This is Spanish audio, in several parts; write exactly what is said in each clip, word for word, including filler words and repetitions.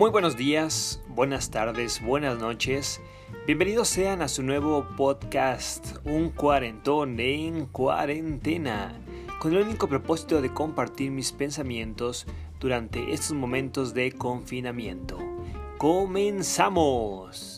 Muy buenos días, buenas tardes, buenas noches. Bienvenidos sean a su nuevo podcast, Un Cuarentón en Cuarentena, con el único propósito de compartir mis pensamientos durante estos momentos de confinamiento. ¡Comenzamos!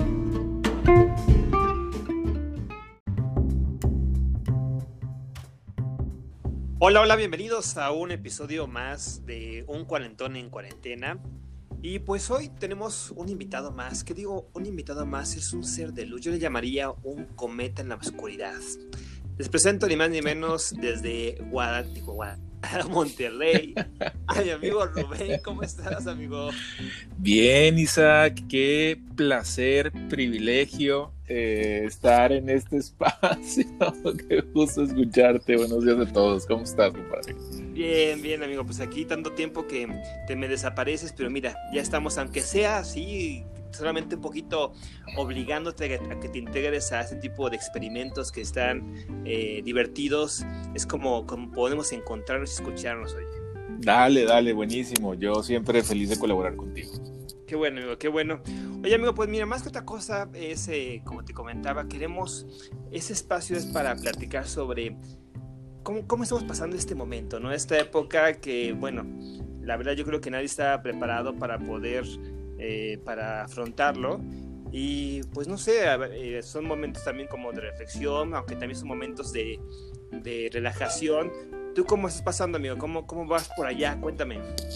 Hola, hola, bienvenidos a un episodio más de Un Cuarentón en Cuarentena. Y pues hoy tenemos un invitado más. ¿Qué digo? Un invitado más es un ser de luz. Yo le llamaría un cometa en la oscuridad. Les presento ni más ni menos desde Guadalajara, Monterrey, a mi amigo Rubén. ¿Cómo estás, amigo? Bien, Isaac, qué placer, privilegio eh, estar en este espacio. Qué gusto escucharte. Buenos días a todos. ¿Cómo estás, compadre? Bien, bien, amigo. Pues aquí tanto tiempo que te me desapareces, pero mira, ya estamos, aunque sea así, solamente un poquito obligándote a que te integres a este tipo de experimentos que están eh, divertidos. Es como, como podemos encontrarnos y escucharnos, oye. Dale, dale, buenísimo. Yo siempre feliz de colaborar contigo. Qué bueno, amigo, qué bueno. Oye, amigo, pues mira, más que otra cosa es, eh, como te comentaba, queremos, ese espacio es para platicar sobre cómo, cómo estamos pasando este momento, ¿no? Esta época que, bueno, la verdad yo creo que nadie está preparado para poder, eh, para afrontarlo. Y pues no sé, eh, son momentos también como de reflexión, aunque también son momentos de, de relajación. ¿Tú cómo estás pasando, amigo? ¿Cómo, cómo vas por allá? Cuéntame.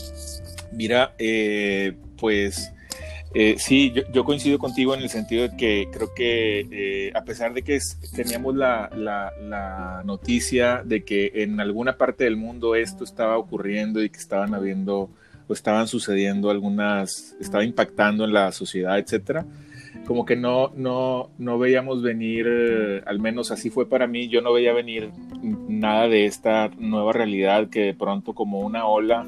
Mira, eh, pues eh, sí, yo, yo coincido contigo en el sentido de que creo que eh, a pesar de que es, teníamos la, la, la noticia de que en alguna parte del mundo esto estaba ocurriendo y que estaban habiendo o estaban sucediendo algunas, estaba impactando en la sociedad, etcétera, como que no, no, no veíamos venir, eh, al menos así fue para mí, yo no veía venir nada de esta nueva realidad que de pronto como una ola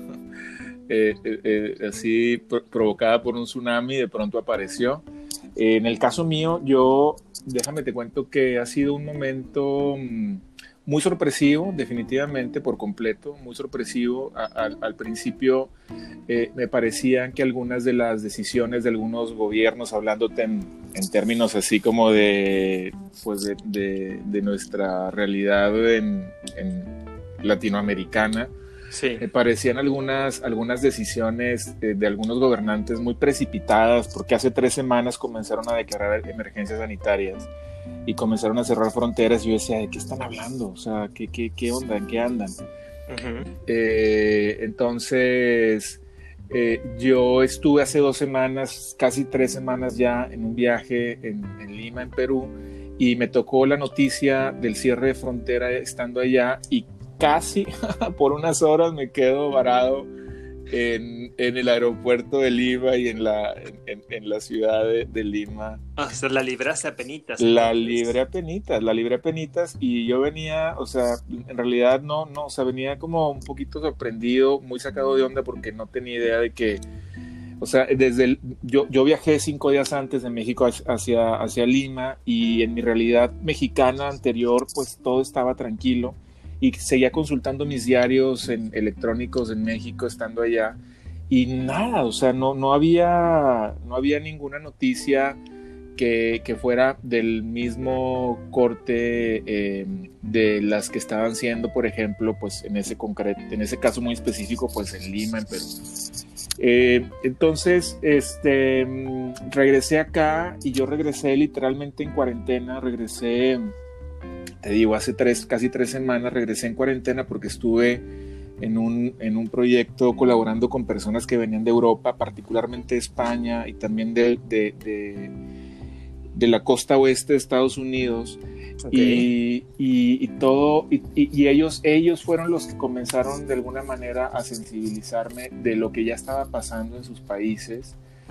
Eh, eh, eh, así pro- provocada por un tsunami de pronto apareció. Eh, en el caso mío, yo, déjame te cuento que ha sido un momento mm, muy sorpresivo, definitivamente por completo, muy sorpresivo. A, a, al principio eh, me parecían que algunas de las decisiones de algunos gobiernos, hablándote en, en términos así como de, pues de, de, de nuestra realidad en, en latinoamericana, Sí. me parecían algunas, algunas decisiones eh, de algunos gobernantes muy precipitadas, porque hace tres semanas comenzaron a declarar emergencias sanitarias y comenzaron a cerrar fronteras y yo decía, ¿de qué están hablando? O sea, ¿qué, qué, qué onda? ¿En qué andan? Uh-huh. Eh, entonces, eh, yo estuve hace dos semanas, casi tres semanas ya, en un viaje en, en Lima, en Perú, y me tocó la noticia del cierre de frontera estando allá y casi por unas horas me quedo varado en, en el aeropuerto de Lima y en la, en, en la ciudad de, de Lima. O sea, la libraste a penitas. La Entonces. libré a penitas, la libré a penitas y yo venía, o sea, en realidad no, no, o sea, venía como un poquito sorprendido, muy sacado de onda porque no tenía idea de que, o sea, desde el, yo, yo viajé cinco días antes de México hacia, hacia Lima y en mi realidad mexicana anterior pues todo estaba tranquilo y seguía consultando mis diarios en, electrónicos en México estando allá y nada, o sea, no, no, había, no había ninguna noticia que, que fuera del mismo corte eh, de las que estaban siendo, por ejemplo, pues en ese concreto, en ese caso muy específico, pues en Lima, en Perú. Eh, entonces, este, regresé acá y yo regresé literalmente en cuarentena, regresé, te digo, hace tres, casi tres semanas regresé en cuarentena porque estuve en un, en un proyecto colaborando con personas que venían de Europa, particularmente de España y también de, de, de, de la costa oeste de Estados Unidos. Okay. Y, y, y todo y, y ellos, ellos fueron los que comenzaron de alguna manera a sensibilizarme de lo que ya estaba pasando en sus países.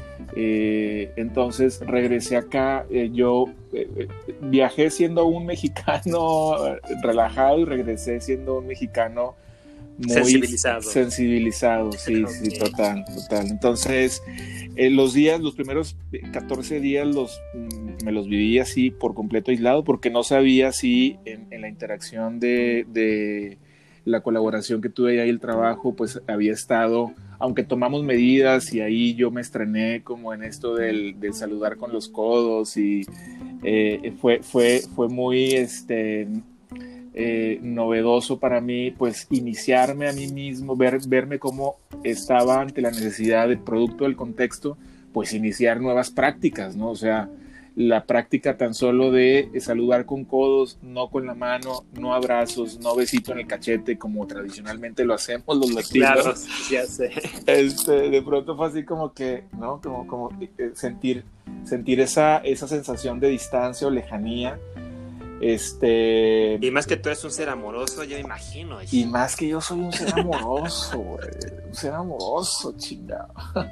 Eh, entonces regresé acá, eh, yo eh, viajé siendo un mexicano relajado y regresé siendo un mexicano muy sensibilizado, sensibilizado sí, okay. sí, total, total. Entonces eh, los días, los primeros catorce días los, mm, me los viví así por completo aislado porque no sabía si en, en la interacción de, de la colaboración que tuve ahí, el trabajo, pues había estado aunque tomamos medidas y ahí yo me estrené como en esto del, del saludar con los codos y eh, fue, fue, fue muy este, eh, novedoso para mí, pues iniciarme a mí mismo, ver, verme cómo estaba ante la necesidad de producto del contexto, pues iniciar nuevas prácticas, ¿no? O sea, la práctica tan solo de saludar con codos, no con la mano, no abrazos, no besito en el cachete como tradicionalmente lo hacemos los latinos. Claro, ya sé. Este, de pronto fue así como que, ¿no? Como, como eh, sentir, sentir esa, esa sensación de distancia o lejanía. Este... Y más que tú eres un ser amoroso, yo me imagino. Y más que yo soy un ser amoroso, güey. Un ser amoroso, chingado.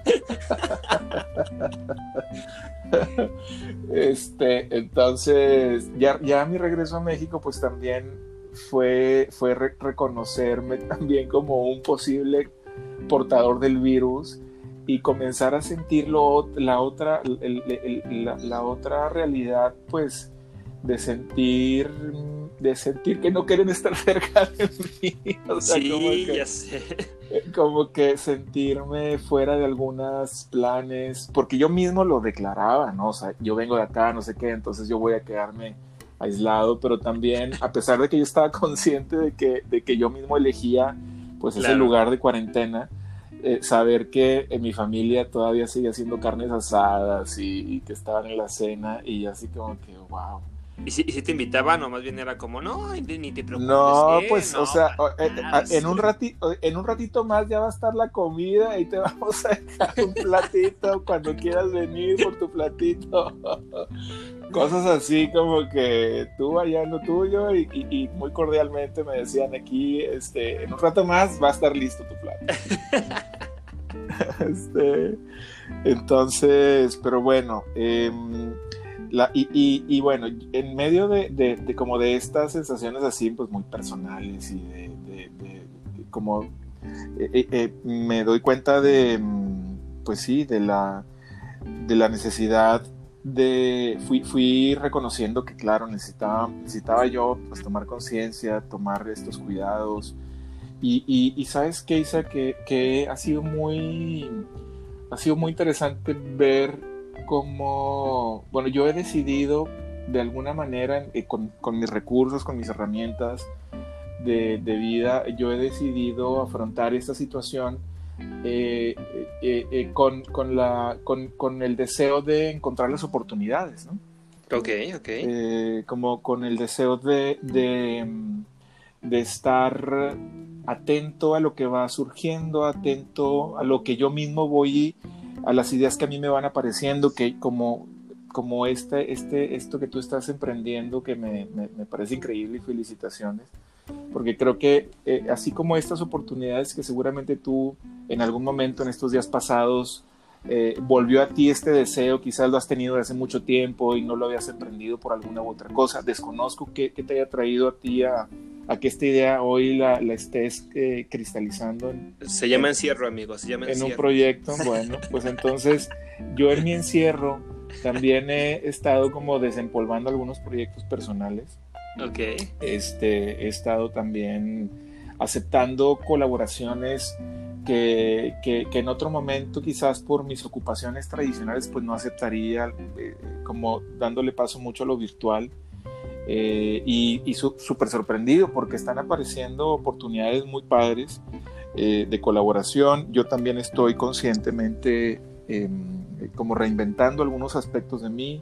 Este, entonces, ya, ya a mi regreso a México, pues también fue, fue re- reconocerme también como un posible portador del virus y comenzar a sentir lo, la, otra, el, el, el, la, la otra realidad, pues, de sentir de sentir que no quieren estar cerca de mí. O sea, sí, como que, ya sé. como que sentirme fuera de algunos planes, porque yo mismo lo declaraba, ¿no? O sea, yo vengo de acá, no sé qué, entonces yo voy a quedarme aislado, pero también, a pesar de que yo estaba consciente de que, de que yo mismo elegía, pues, claro, ese lugar de cuarentena, eh, saber que en mi familia todavía seguía haciendo carnes asadas y, y que estaban en la cena, y así como que, wow. ¿Y si, y si te invitaban o más bien era como, no, ni te preocupes? No, ¿eh? pues, no, o sea, nada, en, un ratito, en un ratito más ya va a estar la comida y te vamos a dejar un platito cuando quieras venir por tu platito. Cosas así como que tú allá en lo tuyo y, y, y muy cordialmente me decían aquí, este, en un rato más va a estar listo tu plato. este, entonces, pero bueno, eh, La, y, y, y bueno, en medio de, de, de como de estas sensaciones así, pues muy personales y de, de, de, de como eh, eh, me doy cuenta de, pues sí, de la, de la necesidad de, fui, fui reconociendo que claro, necesitaba, necesitaba yo pues tomar conciencia, tomar estos cuidados y, y, y sabes qué, Isa, que, que ha sido muy, ha sido muy interesante ver como, bueno, yo he decidido de alguna manera eh, con, con mis recursos, con mis herramientas de, de vida, yo he decidido afrontar esta situación eh, eh, eh, con, con, la, con, con el deseo de encontrar las oportunidades, ¿no? Ok, ok. Eh, como con el deseo de, de, de estar atento a lo que va surgiendo, atento a lo que yo mismo voy a las ideas que a mí me van apareciendo, que como, como este, este, esto que tú estás emprendiendo, que me, me, me parece increíble y felicitaciones, porque creo que eh, así como estas oportunidades que seguramente tú en algún momento en estos días pasados eh, volvió a ti este deseo, quizás lo has tenido desde hace mucho tiempo y no lo habías emprendido por alguna u otra cosa, desconozco qué, qué te haya traído a ti a, a que esta idea hoy la, la estés eh, cristalizando. En, se llama en, encierro, amigos, se llama en encierro. un proyecto. Bueno, pues entonces yo en mi encierro también he estado como desempolvando algunos proyectos personales. Ok. Este, he estado también aceptando colaboraciones que, que, que en otro momento quizás por mis ocupaciones tradicionales pues no aceptaría, eh, como dándole paso mucho a lo virtual. Eh, y, y súper sorprendido porque están apareciendo oportunidades muy padres eh, de colaboración. Yo también estoy conscientemente eh, como reinventando algunos aspectos de mí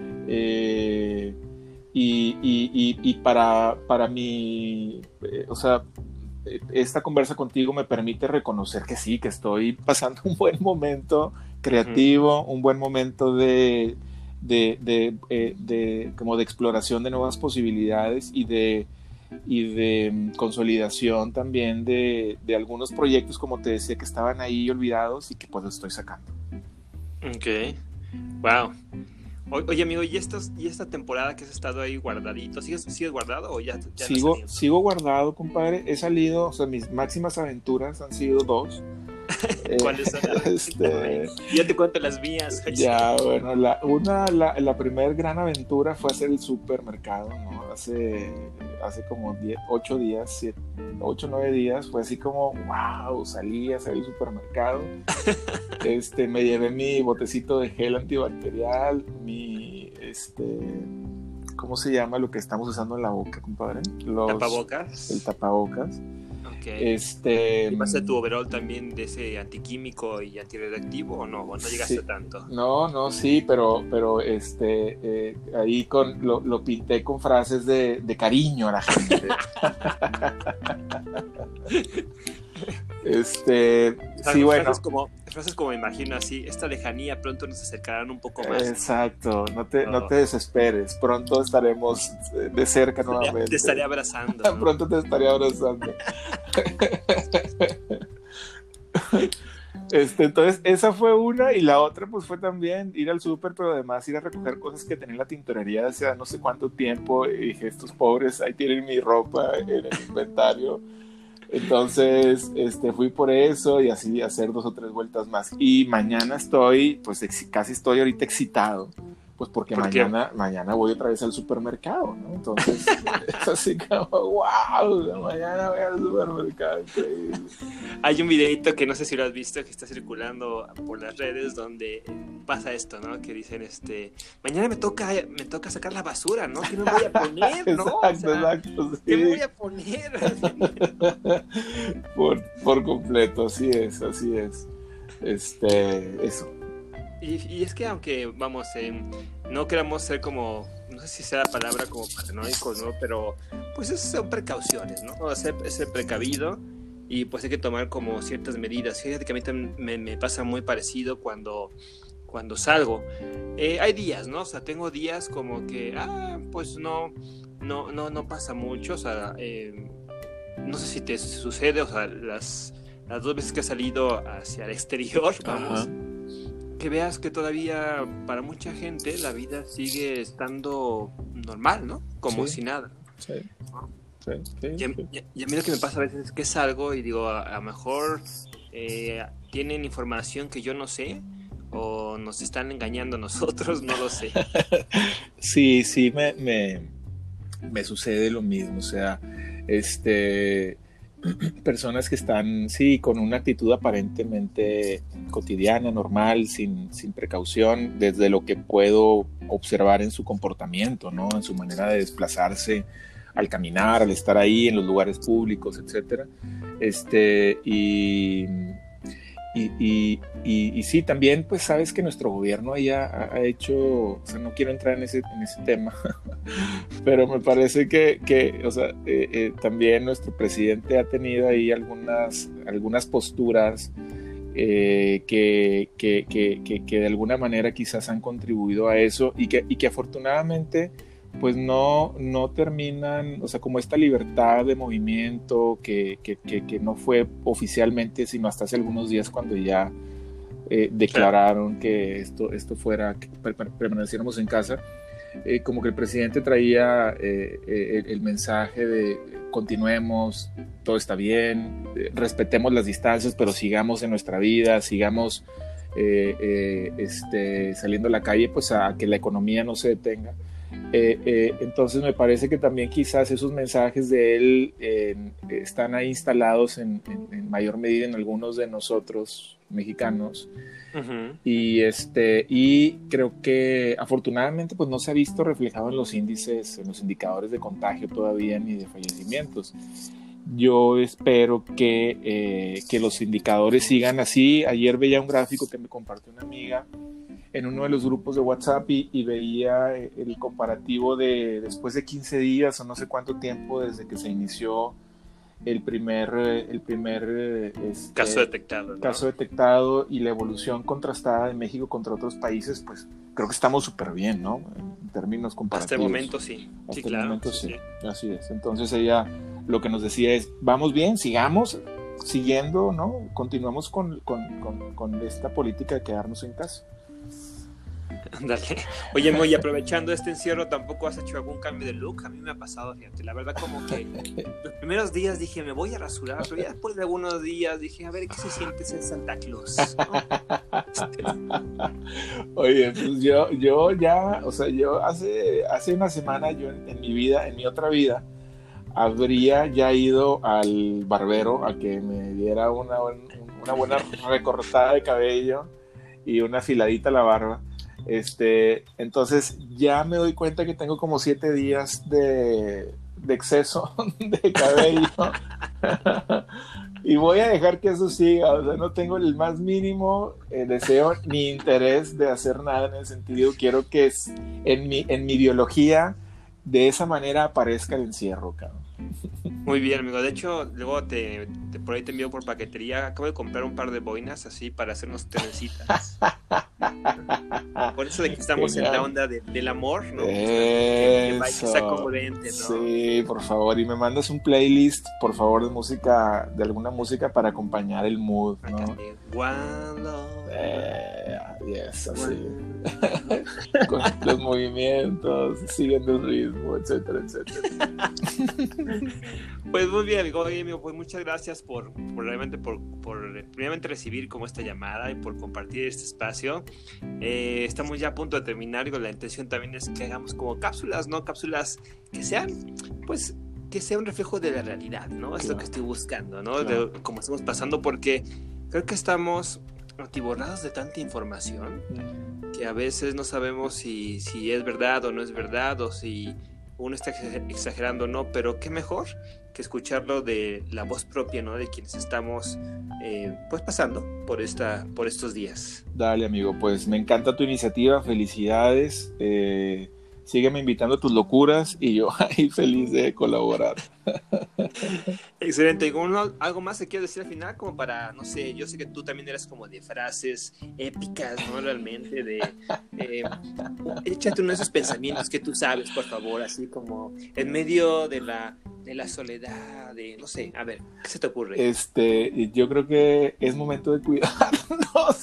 eh, y, y, y, y para, para mí, eh, o sea, esta conversa contigo me permite reconocer que sí, que estoy pasando un buen momento creativo, uh-huh. un buen momento de De, de, eh, de, como de exploración de nuevas posibilidades y de, y de consolidación también de, de algunos proyectos, como te decía, que estaban ahí olvidados y que pues los estoy sacando. Ok, wow. O, oye amigo, ¿y, estos, ¿y esta temporada que has estado ahí guardadito? ¿Sigues, sigues guardado o ya, ya sigo, no sigo guardado, compadre. He salido, o sea, mis máximas aventuras han sido dos. ¿Cuáles son? este, ya te cuento las mías. Ya, bueno, la, una, la, la primera gran aventura fue hacer el supermercado, ¿no? Hace, hace como ocho días, ocho o nueve días, fue así como, wow, salí a salir al supermercado, este, me llevé mi botecito de gel antibacterial, mi, este, ¿cómo se llama lo que estamos usando en la boca, compadre? Los, ¿Tapabocas? El tapabocas. Okay. Este, ¿Y pasaste tu overall también de ese antiquímico y antirradioactivo o no? ¿O no llegaste sí, tanto? No, no, sí, pero, pero este, eh, ahí con, lo, lo pinté con frases de, de cariño a la gente. este, o sea, sí, bueno. Frases como, frases como me imagino así, esta lejanía pronto nos acercarán un poco más. Exacto, no te, no. no te desesperes, pronto estaremos de cerca nuevamente. Te estaré abrazando, ¿no? Pronto te estaré abrazando. Este, entonces esa fue una, y la otra pues fue también ir al súper, pero además ir a recoger cosas que tenía en la tintorería de hace no sé cuánto tiempo, y dije, estos pobres ahí tienen mi ropa en el inventario. Entonces este, fui por eso y así hacer dos o tres vueltas más, y mañana estoy, pues ex- casi estoy ahorita excitado, pues porque ¿Por mañana, mañana voy otra vez al supermercado, ¿no? Entonces es así como, wow, mañana voy al supermercado, increíble. Hay un videito que no sé si lo has visto, que está circulando por las redes, donde pasa esto, ¿no? Que dicen, este, mañana me toca, me toca sacar la basura, ¿no? ¿Qué me voy a poner, no? Exacto, o sea, exacto, sí. ¿qué me voy a poner? por, por completo, así es, así es. Este, eso. Y, y es que aunque, vamos, eh, no queramos ser como, no sé si sea la palabra como paranoicos, ¿no? Pero pues es, son precauciones, ¿no? O sea, ser, ser precavido, y pues hay que tomar como ciertas medidas. Fíjate que a mí también me, me pasa muy parecido cuando, cuando salgo. Eh, hay días, ¿no? O sea, tengo días como que, ah, pues no, no, no, no pasa mucho, o sea, eh, no sé si te sucede, o sea, las, las dos veces que he salido hacia el exterior, vamos, ajá, que veas que todavía para mucha gente la vida sigue estando normal, ¿no? Como sí, si nada. Sí, sí, sí, y, a, sí. y a mí lo que me pasa a veces es que salgo y digo, a, a lo mejor eh, tienen información que yo no sé, o nos están engañando a nosotros, no lo sé. Sí, sí, me, me, me sucede lo mismo, o sea, este... personas que están, sí, con una actitud aparentemente cotidiana, normal, sin, sin precaución, desde lo que puedo observar en su comportamiento, ¿no? En su manera de desplazarse al caminar, al estar ahí en los lugares públicos, etcétera. Este, y, y, y, y, y sí, también, pues sabes que nuestro gobierno ahí ha, ha hecho, o sea, no quiero entrar en ese, en ese tema, pero me parece que, que o sea, eh, eh, también nuestro presidente ha tenido ahí algunas, algunas posturas eh, que, que, que, que, que de alguna manera quizás han contribuido a eso, y que, y que afortunadamente pues no, no terminan, o sea, como esta libertad de movimiento que, que, que, que no fue oficialmente, sino hasta hace algunos días, cuando ya eh, declararon claro. que esto, esto fuera, que permaneciéramos en casa. Eh, como que el presidente traía eh, eh, el, el mensaje de continuemos, todo está bien, eh, respetemos las distancias, pero sigamos en nuestra vida, sigamos eh, eh, este, saliendo a la calle, pues a, a que la economía no se detenga. Eh, eh, entonces me parece que también quizás esos mensajes de él eh, están ahí instalados en, en, en mayor medida en algunos de nosotros mexicanos. Uh-huh. y este y creo que afortunadamente pues no se ha visto reflejado en los índices, en los indicadores de contagio todavía, ni de fallecimientos. Yo espero que, eh, que los indicadores sigan así. Ayer veía un gráfico que me compartió una amiga en uno de los grupos de WhatsApp, y, y veía el comparativo de después de quince días o no sé cuánto tiempo desde que se inició el primer, el primer este, caso detectado, ¿no? caso detectado, y la evolución contrastada de México contra otros países, pues creo que estamos súper bien, ¿no? En términos comparativos. Hasta el momento sí. Hasta sí, el claro. momento sí, sí. sí. Así es. Entonces ella lo que nos decía es, vamos bien, sigamos siguiendo, ¿no? Continuamos con, con, con, con esta política de quedarnos en casa. Dale. Oye, Moy, aprovechando este encierro, ¿tampoco has hecho algún cambio de look? A mí me ha pasado, fíjate, la verdad, como que los primeros días dije, me voy a rasurar, pero ya después de algunos días dije, a ver, ¿qué se siente ser Santa Claus? ¿No? Oye, pues yo, yo ya, o sea, yo hace, hace una semana, yo en, en mi vida, en mi otra vida, habría ya ido al barbero a que me diera una, una buena recortada de cabello y una afiladita a la barba. Este, entonces ya me doy cuenta que tengo como siete días de, de exceso de cabello. Y voy a dejar que eso siga, o sea, no tengo el más mínimo eh, deseo ni interés de hacer nada en el sentido, quiero que es, en, mi, en mi biología de esa manera aparezca el encierro, cabrón. Muy bien, amigo, de hecho, luego te, te por ahí te envío por paquetería, acabo de comprar un par de boinas así para hacernos trenecitas. Por eso de que estamos Genial. En la onda de, del amor, ¿no? Que, que sea congruente, ¿no? Sí, por favor, y me mandas un playlist, por favor, de música, de alguna música para acompañar el mood, ¿no? One love. Eh, yes, así. Con los movimientos, siguiendo el ritmo, etcétera, etcétera. Pues muy bien, amigo, Oye, amigo pues muchas gracias por, por realmente por, por primeramente recibir como esta llamada y por compartir este espacio. Eh, estamos ya a punto de terminar y la intención también es que hagamos como cápsulas, ¿no? Cápsulas que sean, pues, que sea un reflejo de la realidad, ¿no? Es claro. Lo que estoy buscando, ¿no? Claro. De cómo estamos pasando, porque creo que estamos atiborrados de tanta información mm. que a veces no sabemos si, si es verdad o no es verdad, o si uno está exagerando o no, pero qué mejor que escucharlo de la voz propia, ¿no? De quienes estamos eh, pues pasando por esta por estos días. Dale, amigo, pues me encanta tu iniciativa, felicidades, eh, sígueme invitando a tus locuras y yo ahí feliz de colaborar. Excelente. ¿Y uno, algo más que quiero decir al final? Como para, no sé, yo sé que tú también eres como de frases épicas, ¿no? Realmente de... Eh, échate uno de esos pensamientos que tú sabes, por favor, así como en medio de la, de la soledad, de, no sé, a ver, ¿qué se te ocurre? Este, yo creo que es momento de cuidarnos.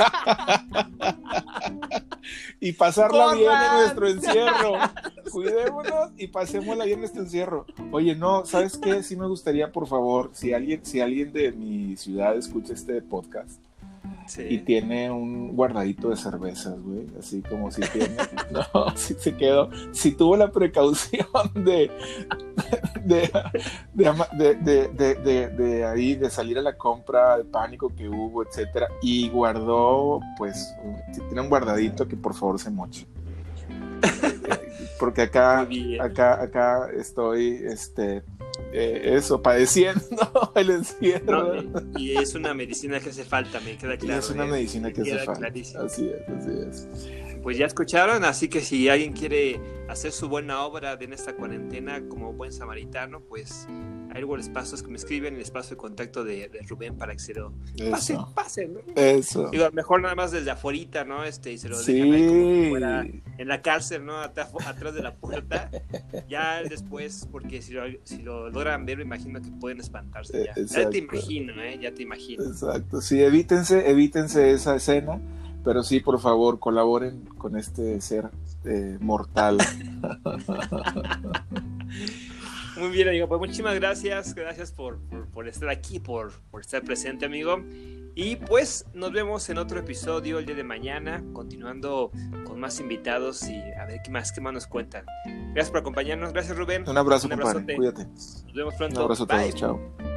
Y pasarla ¡Corran! Bien en nuestro encierro. Cuidémonos y pasémosla bien en nuestro encierro. Oye, no, ¿sabes qué? Sí me gustaría, por favor, si alguien, si alguien de mi ciudad escucha este podcast sí. y tiene un guardadito de cervezas, güey, así como si tiene, no, si se quedó, si tuvo la precaución de de, de, de, de, de, de, de ahí, de salir a la compra, de pánico que hubo, etcétera, y guardó, pues, si tiene un guardadito, que por favor se moche. Porque acá, acá, acá estoy, este, eh, eso, padeciendo el encierro. No, y es una medicina que hace falta, me queda claro. Y es una eh, medicina que hace falta. Clarísimo. Así es, así es. Pues ya escucharon, así que si alguien quiere hacer su buena obra en esta cuarentena como buen samaritano, pues hay algunos pasos que me escriben, el espacio de contacto de, de Rubén para que se lo pasen, pasen, ¿no? Eso. Digo, mejor nada más desde afuera, ¿no? Este, y se lo sí. dejan ahí como si fuera en la cárcel, ¿no? Atrás, atrás de la puerta. Ya después, porque si lo, si lo logran ver, me imagino que pueden espantarse ya. Exacto. Ya te imagino, ¿eh? Ya te imagino. Exacto. Sí, evítense, evítense esa escena. Pero sí, por favor, colaboren con este ser eh, mortal. Muy bien, amigo. Pues muchísimas gracias. Gracias por, por, por estar aquí, por, por estar presente, amigo. Y pues nos vemos en otro episodio el día de mañana, continuando con más invitados y a ver qué más, qué más nos cuentan. Gracias por acompañarnos. Gracias, Rubén. Un abrazo, Un compadre. Cuídate. Nos vemos pronto. Un abrazo a todos. Bye. Chao.